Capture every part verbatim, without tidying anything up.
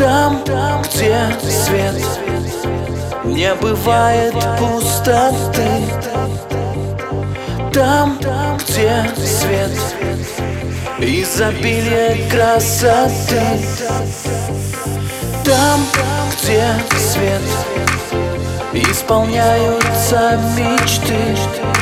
Там, где свет, не бывает пустоты. Там, где свет, изобилие красоты. Там, где свет, исполняются мечты.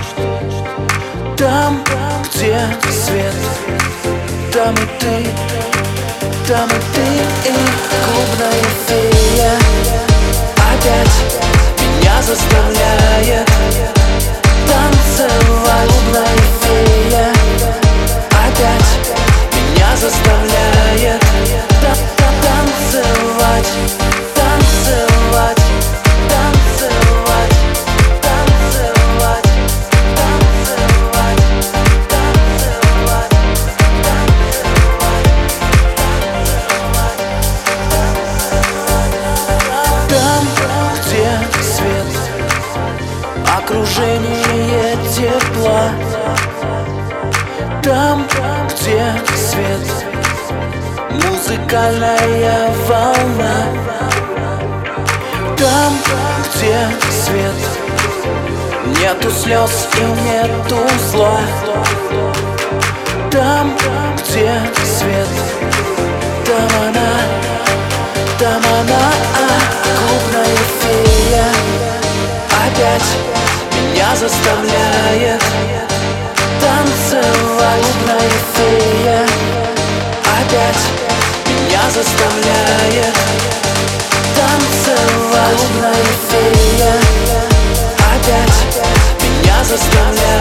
Там, где свет, там и ты, там и ты. И клубная фея опять меня заставляет танцевать. Клубная фея опять меня заставляет танцевать, танцевать, танцевать, танцевать, танцевать, танцевать, танцевать. Там, где свет, окружение тепла. Там, где свет, музыкальная волна. Там, где свет, нету слез и нету зла. Там, где свет, там она, там она. Клубная фея опять меня заставляет танцевать. Клубная фея опять меня заставляет танцевать. Клубная фея опять меня заставляет